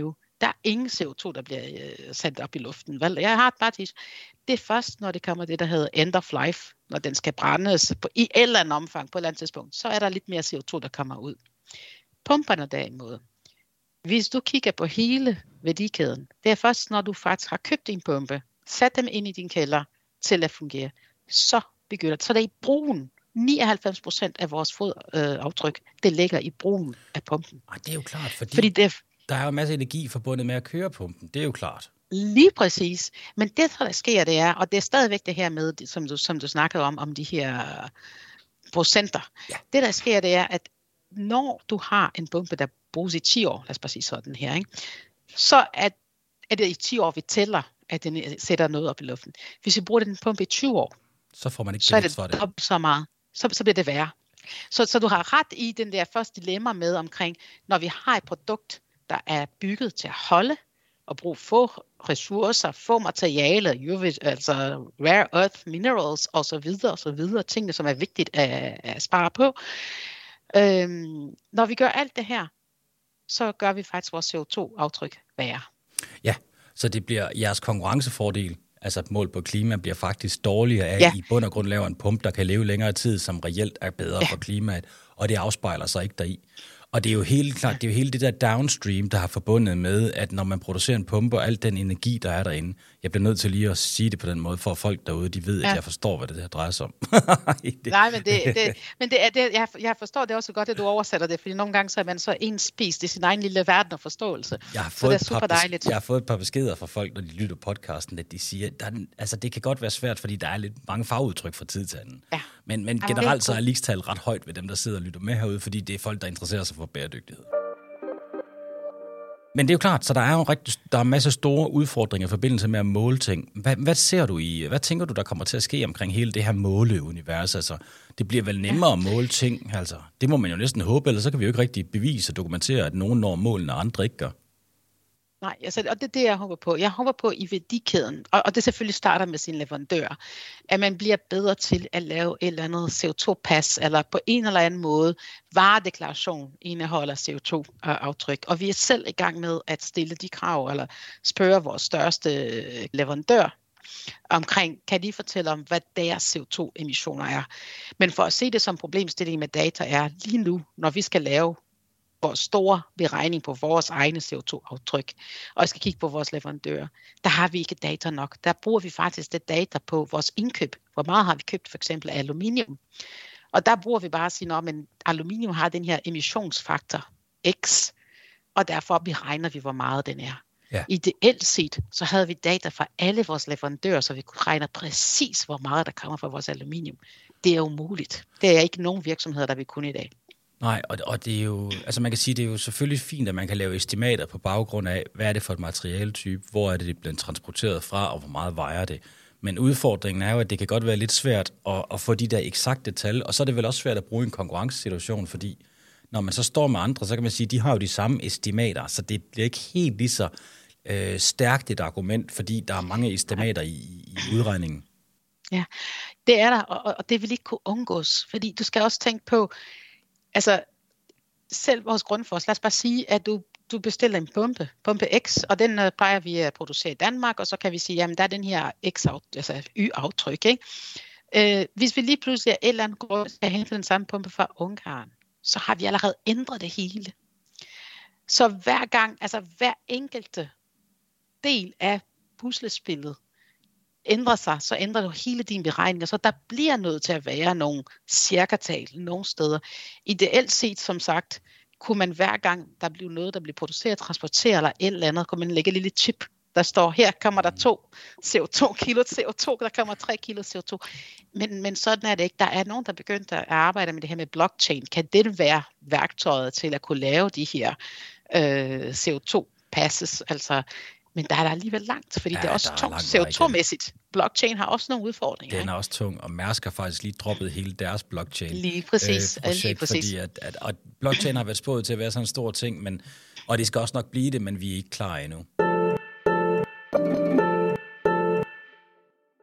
Der er ingen C O to, der bliver øh, sendt op i luften. Vel? Jeg har faktisk, det er først, når det kommer det, der hedder end of life, når den skal brændes på, i et eller andet omfang på et eller andet tidspunkt, så er der lidt mere C O to, der kommer ud. Pumperne derimod, hvis du kigger på hele værdikæden, det er først, når du faktisk har købt din pumpe, sat dem ind i din kælder til at fungere, så begynder det. Så det er i brugen. nioghalvfems procent af vores fodaftryk, det ligger i brugen af pumpen. Ej, det er jo klart, fordi, fordi det, der er jo en masse energi forbundet med at køre pumpen. Det er jo klart. Lige præcis. Men det, der sker, det er, og det er stadigvæk det her med, som du, som du snakkede om, om de her procenter. Ja. Det, der sker, det er, at når du har en pumpe, der bruges i ti år, lad os bare sige sådan her, ikke? Så er, er det i ti år, vi tæller, at den sætter noget op i luften. Hvis vi bruger den pumpe i tyve år, så får man ikke så er det dobbelt så meget. Så, så bliver det værre. Så, så du har ret i den der første dilemma med omkring, når vi har et produkt, der er bygget til at holde og bruge få ressourcer, få materialer, altså rare earth minerals og så videre og så videre, tingene som er vigtigt at, at spare på. Øhm, når vi gør alt det her, så gør vi faktisk vores C O to aftryk værre. Ja, så det bliver jeres konkurrencefordel, altså mål på klima, bliver faktisk dårligere af, ja. I bund og grund laver en pumpe, der kan leve længere tid, som reelt er bedre ja. for klimaet, og det afspejler sig ikke deri. Og det er jo helt klart, det er jo hele det der downstream, der har forbundet med, at når man producerer en pumpe og al den energi, der er derinde, jeg bliver nødt til lige at sige det på den måde, for at folk derude, de ved, ja. at jeg forstår, hvad det her drejer sig om. det. Nej, men, det, det, men det er, det, jeg, jeg forstår det også godt, at du oversætter det, fordi nogle gange så er man så enspist i sin egen lille verden og forståelse. Jeg har så det er super par, dejligt. Jeg har fået et par beskeder fra folk, når de lytter podcasten, at de siger, at der er, altså, det kan godt være svært, fordi der er lidt mange fagudtryk fra tid til anden. Ja. Men, men generelt så er ligestal ret højt ved dem, der sidder og lytter med herude, fordi det er folk, der interesserer sig for bæredygtighed. Men det er jo klart, så der er jo rigtig, der er en masse store udfordringer i forbindelse med at måle ting. Hvad, hvad ser du i, hvad tænker du, der kommer til at ske omkring hele det her måleunivers? Altså, det bliver vel nemmere ja. at måle ting, altså. Det må man jo næsten håbe, ellers så kan vi jo ikke rigtig bevise og dokumentere, at nogen når målene, og andre ikke gør. Nej, altså, og det er det, jeg håber på. Jeg håber på i værdikæden, og, og det selvfølgelig starter med sin leverandør, at man bliver bedre til at lave et eller andet C O to pas, eller på en eller anden måde varedeklaration indeholder C O to aftryk. Og vi er selv i gang med at stille de krav, eller spørge vores største leverandør omkring, kan de fortælle om, hvad deres C O to emissioner er. Men for at se det som problemstilling med data er lige nu, når vi skal lave vores store beregning på vores egne C O to aftryk, og skal kigge på vores leverandører, der har vi ikke data nok. Der bruger vi faktisk det data på vores indkøb. Hvor meget har vi købt for eksempel af aluminium? Og der bruger vi bare at sige, at aluminium har den her emissionsfaktor X, og derfor beregner vi, hvor meget den er. Ja. Ideelt set, så havde vi data fra alle vores leverandører, så vi kunne regne præcis, hvor meget der kommer fra vores aluminium. Det er umuligt. Det er ikke nogen virksomheder, der vil kunne i dag. Nej, og, og det er jo, altså man kan sige, det er jo selvfølgelig fint, at man kan lave estimater på baggrund af, hvad er det for et materialetype, hvor er det, det bliver transporteret fra, og hvor meget vejer det. Men udfordringen er jo, at det kan godt være lidt svært at, at få de der eksakte tal, og så er det vel også svært at bruge en konkurrencesituation, fordi når man så står med andre, så kan man sige, at de har jo de samme estimater, så det bliver ikke helt lige så øh, stærkt et argument, fordi der er mange estimater i, i udregningen. Ja, det er der, og, og det vil ikke kunne undgås, fordi du skal også tænke på, altså, selv vores grundfors, lad os bare sige, at du, du bestiller en pumpe, pumpe X, og den uh, plejer vi at producere i Danmark, og så kan vi sige, jamen der er den her X, altså Y-aftryk, ikke? Uh, hvis vi lige pludselig af et eller andet grund skal hente den samme pumpe fra Ungarn, så har vi allerede ændret det hele. Så hver gang, altså hver enkelte del af puslespillet ændrer sig, så ændrer du hele din beregning, så der bliver nødt til at være nogle cirkatal nogle steder. Ideelt set, som sagt, kunne man hver gang, der bliver noget, der bliver produceret, transporteret eller et eller andet, kunne man lægge et lille chip, der står, her kommer der to C O to kilo C O to, der kommer tre kilo C O to. Men, men sådan er det ikke. Der er nogen, der begyndte at arbejde med det her med blockchain. Kan det være værktøjet til at kunne lave de her øh, C O to passes, altså. Men der er der alligevel langt, fordi ja, det er også er tungt C O to-mæssigt. Blockchain har også nogle udfordringer. Den er også tung, og Mærsk har faktisk lige droppet hele deres blockchain. Lige præcis. Øh, projekt, lige præcis. Fordi at, at, at blockchain har været spået til at være sådan en stor ting, men, og det skal også nok blive det, men vi er ikke klar endnu.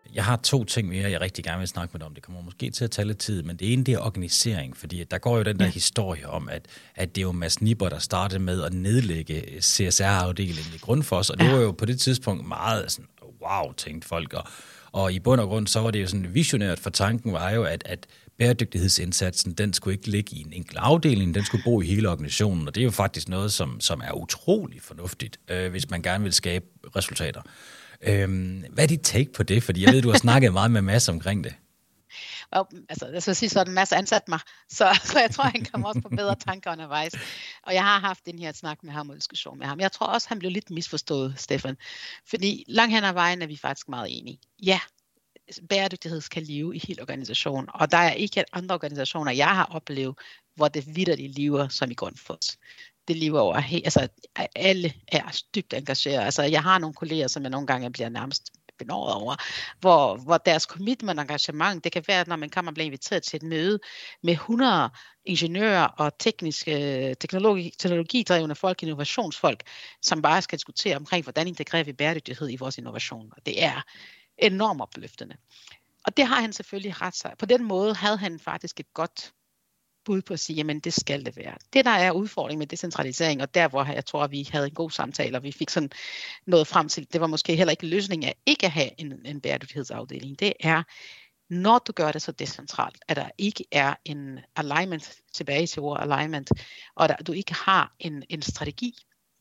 Jeg har to ting mere, jeg rigtig gerne vil snakke med dig om. Det kommer måske til at tage lidt tid, men det ene, det er organisering, fordi der går jo den der ja. historie om, at, at det er jo Mads Nipper, der startede med at nedlægge C S R-afdelingen i Grundfos, og det ja. var jo på det tidspunkt meget sådan, wow, tænkte folk, og, og i bund og grund, så var det jo sådan visionært, for tanken var jo, at, at bæredygtighedsindsatsen, den skulle ikke ligge i en enkelt afdeling, den skulle bo i hele organisationen, og det er jo faktisk noget, som, som er utrolig fornuftigt, øh, hvis man gerne vil skabe resultater. Øhm, hvad er dit take på det? Fordi jeg ved, du har snakket meget med Mads omkring det. Og, altså, jeg skal sige, så er en masse ansat mig, så, så jeg tror, han kommer også på bedre tanker undervejs. Og jeg har haft den her snak med ham og diskussion med ham. Jeg tror også, han blev lidt misforstået, Stefan. Fordi langt hen ad vejen er vi faktisk meget enige. Ja, bæredygtighed skal leve i hele organisationen. Og der er ikke andre organisationer, jeg har oplevet, hvor det vitterligt lever som i Grundfos. Det lever over, altså alle er dybt engageret. Altså jeg har nogle kolleger, som jeg nogle gange bliver nærmest benådet over, hvor, hvor deres commitment og engagement, det kan være, når man kommer og bliver inviteret til et møde med hundrede ingeniører og tekniske, teknologi, teknologidrevne folk, innovationsfolk, som bare skal diskutere omkring, hvordan integrerer vi bæredygtighed i vores innovation. Og det er enormt opløftende. Og det har han selvfølgelig ret sig. På den måde havde han faktisk et godt bud på at sige, jamen det skal det være. Det der er udfordring med decentralisering, og der hvor jeg tror, at vi havde en god samtale, og vi fik sådan noget frem til, det var måske heller ikke løsningen af ikke at have en, en bæredygtighedsafdeling. Det er, når du gør det så decentralt, at der ikke er en alignment, tilbage til ordet alignment, og der, du ikke har en, en strategi,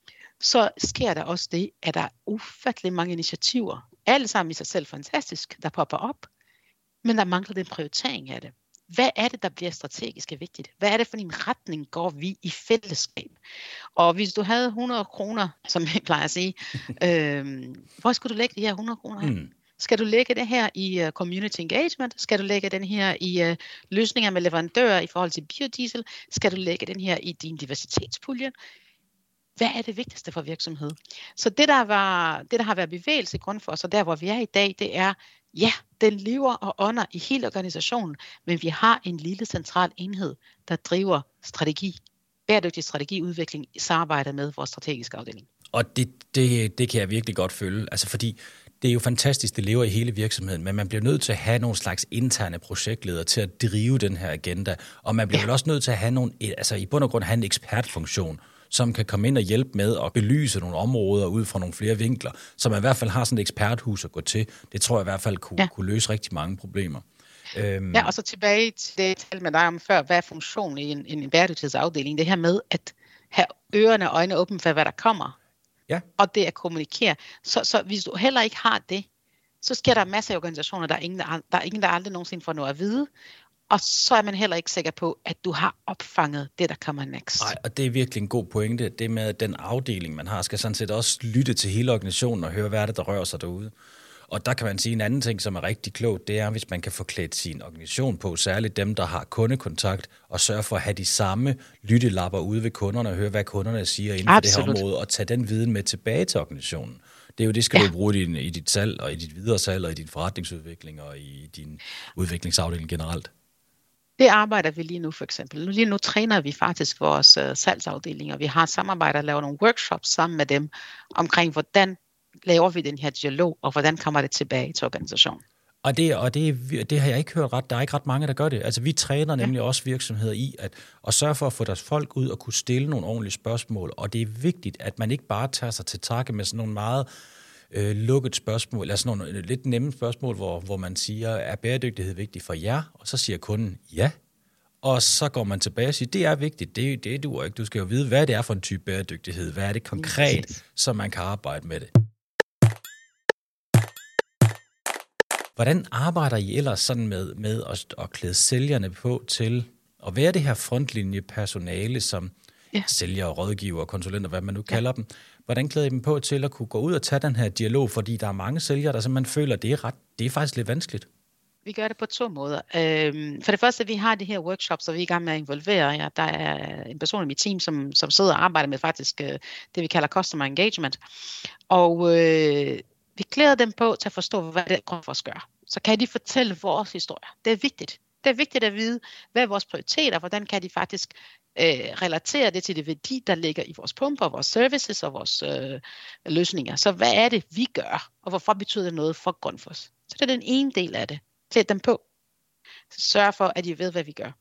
så sker der også det, at der er ufattelig mange initiativer, alle sammen i sig selv fantastisk, der popper op, men der mangler den prioritering af det. Hvad er det, der bliver strategisk vigtigt? Hvad er det for en retning går vi i fællesskab? Og hvis du havde hundrede kroner, som jeg plejer at sige, øh, hvor skulle du lægge de her hundrede kroner her? Mm. Skal du lægge det her i uh, community engagement? Skal du lægge den her i uh, løsninger med leverandører i forhold til biodiesel? Skal du lægge den her i din diversitetspulje? Hvad er det vigtigste for virksomhed? Så det der, var, det, der har været bevægelse i Grundfos, og der hvor vi er i dag, det er, ja, den lever og ånder i hele organisationen, men vi har en lille central enhed, der driver strategi, bæredygtig strategiudvikling i samarbejde med vores strategiske afdeling. Og det, det, det kan jeg virkelig godt føle, altså fordi det er jo fantastisk, det lever i hele virksomheden, men man bliver nødt til at have nogle slags interne projektledere til at drive den her agenda, og man bliver ja. vel også nødt til at have nogle, altså i bund og grund have en ekspertfunktion, som kan komme ind og hjælpe med at belyse nogle områder ud fra nogle flere vinkler, så man i hvert fald har sådan et eksperthus at gå til. Det tror jeg i hvert fald kunne, ja. kunne løse rigtig mange problemer. Øhm. Ja, og så tilbage til det, jeg talte med dig om før, hvad er funktionen i en, en bæredygtighedsafdeling? Det her med at have ørerne og øjnene åbne for, hvad der kommer. Ja. Og det at kommunikere. Så, så hvis du heller ikke har det, så sker der masser af organisationer, der er ingen, der, der, er ingen, der aldrig nogensinde får noget at vide. Og så er man heller ikke sikker på, at du har opfanget det, der kommer next. Nej, og det er virkelig en god pointe. Det med, at den afdeling, man har, skal sådan set også lytte til hele organisationen og høre, hvad er det, der rører sig derude. Og der kan man sige en anden ting, som er rigtig klogt, det er, hvis man kan få klædt sin organisation på, særligt dem, der har kundekontakt, og sørge for at have de samme lyttelapper ude ved kunderne og høre, hvad kunderne siger inden for det her område, og tage den viden med tilbage til organisationen. Det er jo det, skal ja. du bruge i, din, i dit salg, og i dit videre salg, og i din forretningsudvikling, og i din udviklingsafdeling generelt. Det arbejder vi lige nu for eksempel. Lige nu træner vi faktisk vores uh, salgsafdelinger. Vi har et samarbejde og laver nogle workshops sammen med dem omkring, hvordan laver vi den her dialog, og hvordan kommer det tilbage til organisationen. Og det, og det, det har jeg ikke hørt ret. Der er ikke ret mange, der gør det. Altså vi træner nemlig ja. også virksomheder i at, at sørge for at få deres folk ud og kunne stille nogle ordentlige spørgsmål. Og det er vigtigt, at man ikke bare tager sig til takke med sådan nogle meget øh, lukket spørgsmål, eller sådan nogle lidt nemme spørgsmål, hvor, hvor man siger, er bæredygtighed vigtigt for jer? Og så siger kunden ja. Og så går man tilbage og siger, det er vigtigt, det, det duer ikke. Du skal jo vide, hvad det er for en type bæredygtighed. Hvad er det konkret, så man kan arbejde med det. Hvordan arbejder I ellers sådan med, med at, at klæde sælgerne på til at være det her frontlinjepersonale, som ja. sælgere, rådgiver, konsulenter, hvad man nu kalder ja. dem? Hvordan klæder I dem på til at kunne gå ud og tage den her dialog? Fordi der er mange sælgere, der simpelthen føler, at det er, ret, det er faktisk lidt vanskeligt. Vi gør det på to måder. For det første, vi har de her workshops, og vi er i gang med at involvere. Ja, der er en person i mit team, som, som sidder og arbejder med faktisk det, vi kalder customer engagement. Og øh, vi klæder dem på til at forstå, hvad det Grundfos gør. Så kan de fortælle vores historie. Det er vigtigt. Det er vigtigt at vide, hvad er vores prioriteter, hvordan kan de faktisk øh, relatere det til det værdi, der ligger i vores pumper, vores services og vores øh, løsninger. Så hvad er det, vi gør, og hvorfor betyder det noget for Grundfos? Så det er den ene del af det. Klæd dem på. Sørg for, at de ved, hvad vi gør.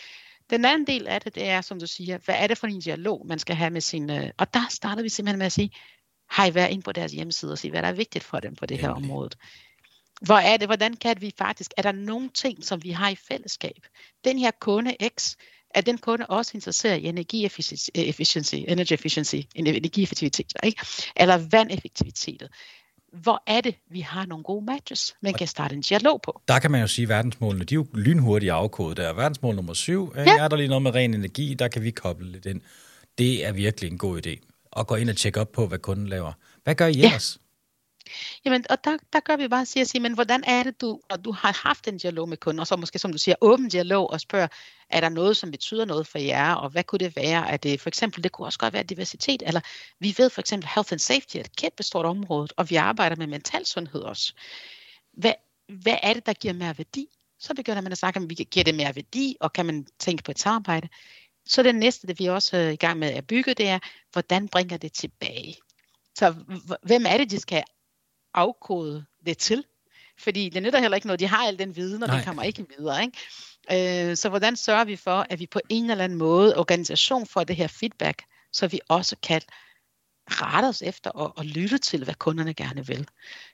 Den anden del af det, det er, som du siger, hvad er det for en dialog, man skal have med sine... Og der starter vi simpelthen med at sige, hej, vær ind på deres hjemmeside og sige, hvad der er vigtigt for dem på det her Endelig. område. Hvor er det, hvordan kan vi faktisk... Er der nogle ting, som vi har i fællesskab? Den her kunde X, er den kunde også interesseret i energiefficiency, energy efficiency, energieffektivitet, ikke? Eller vandeffektivitet? Hvor er det, vi har nogle gode matches, man kan starte en dialog på? Der kan man jo sige, at verdensmålene, de er jo lynhurtigt afkodet der. Verdensmål nummer syv, ja. Er der lige noget med ren energi, der kan vi koble lidt ind. Det er virkelig en god idé. Og gå ind og tjekke op på, hvad kunden laver. Hvad gør I ja. ellers? Jamen, og der, der gør vi bare at sige, men hvordan er det, du, og du har haft en dialog med kunden, og så måske, som du siger, åben dialog og spørger, er der noget, som betyder noget for jer, og hvad kunne det være? Er det for eksempel, det kunne også godt være diversitet, eller vi ved for eksempel, health and safety er et kæmpe stort område, og vi arbejder med mental sundhed også. Hvad, hvad er det, der giver mere værdi? Så begynder man at snakke om, vi giver det mere værdi, og kan man tænke på et samarbejde. Så det næste, det vi også er i gang med at bygge, det er, hvordan bringer det tilbage? Så hvem er det, de skal afkode det til? Fordi det nytter heller ikke noget. De har al den viden, og Nej. den kommer ikke videre. Ikke? Øh, så hvordan sørger vi for, at vi på en eller anden måde, organisation får det her feedback, så vi også kan rette os efter og, og lytte til, hvad kunderne gerne vil.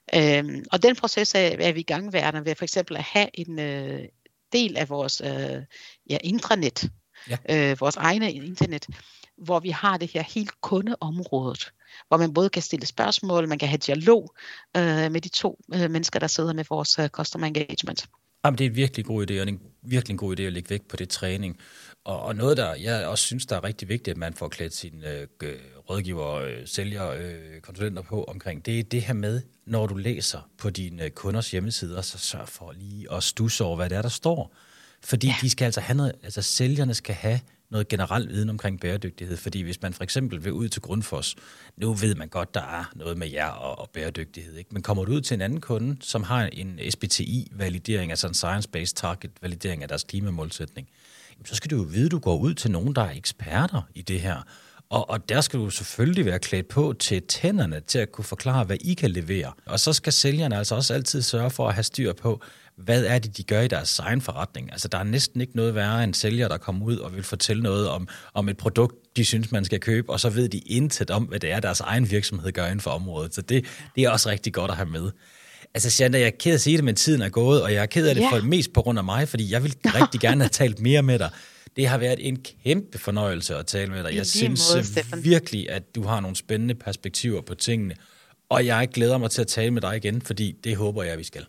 Øh, og den proces er, er vi i gang med, ved for eksempel at have en øh, del af vores øh, ja, intranet, ja. øh, vores egne internet, hvor vi har det her helt kundeområdet, hvor man både kan stille spørgsmål, man kan have dialog øh, med de to øh, mennesker, der sidder med vores øh, customer engagement. Jamen, det er en virkelig god idé, og det er en virkelig en god idé at lægge vægt på det træning. Og, og noget, der jeg også synes, der er rigtig vigtigt, at man får klædt sine øh, rådgiver, øh, sælgere, øh, konsulenter på omkring, det er det her med, når du læser på dine kunders hjemmesider, så sørg for lige at studse over, hvad det er, der står. Fordi ja. de skal altså have noget, altså sælgerne skal have noget generelt viden omkring bæredygtighed, fordi hvis man for eksempel vil ud til Grundfos, nu ved man godt, der er noget med jer og, og bæredygtighed, ikke? Men kommer du ud til en anden kunde, som har en S B T I-validering, altså en Science-Based Target-validering af deres klimamålsætning, så skal du jo vide, at du går ud til nogen, der er eksperter i det her, og, og der skal du selvfølgelig være klædt på til tænderne, til at kunne forklare, hvad I kan levere. Og så skal sælgerne altså også altid sørge for at have styr på, hvad er det, de gør i deres egen forretning. Altså, der er næsten ikke noget værre end sælger, der kommer ud og vil fortælle noget om, om et produkt, de synes, man skal købe, og så ved de intet om, hvad det er, deres egen virksomhed gør inden for området. Så det, det er også rigtig godt at have med. Altså, Shanda, jeg er ked af at sige det, men tiden er gået, og jeg er ked af det yeah. for mest på grund af mig, fordi jeg vil rigtig gerne have talt mere med dig. Det har været en kæmpe fornøjelse at tale med dig. Jeg synes måde, virkelig, at du har nogle spændende perspektiver på tingene, og jeg glæder mig til at tale med dig igen, fordi det håber jeg, vi skal.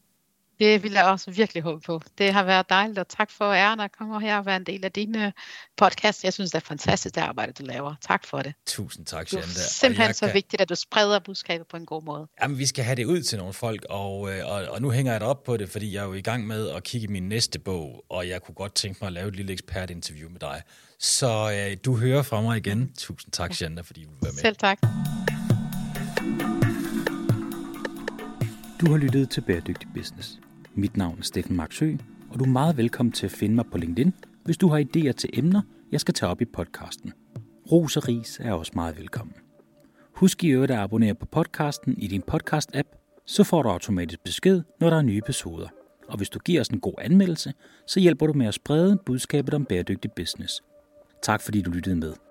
Det vil jeg også virkelig håbe på. Det har været dejligt, og tak for æren at komme her og være en del af dine podcast. Jeg synes, det er fantastisk, det arbejde, du laver. Tak for det. Tusind tak, Shanda. Det er simpelthen så kan... vigtigt, at du spreder budskabet på en god måde. Jamen, vi skal have det ud til nogle folk, og, og, og nu hænger jeg dig op på det, fordi jeg er jo i gang med at kigge i min næste bog, og jeg kunne godt tænke mig at lave et lille ekspertinterview med dig. Så øh, du hører fra mig igen. Tusind tak, Shanda, fordi du vil være med. Selv tak. Du har lyttet til Bæredygtig Business. Mit navn er Steffen Marksø, og du er meget velkommen til at finde mig på LinkedIn, hvis du har idéer til emner, jeg skal tage op i podcasten. Ros og ris er også meget velkommen. Husk i øvrigt at abonnere på podcasten i din podcast-app, så får du automatisk besked, når der er nye episoder. Og hvis du giver os en god anmeldelse, så hjælper du med at sprede budskabet om bæredygtig business. Tak fordi du lyttede med.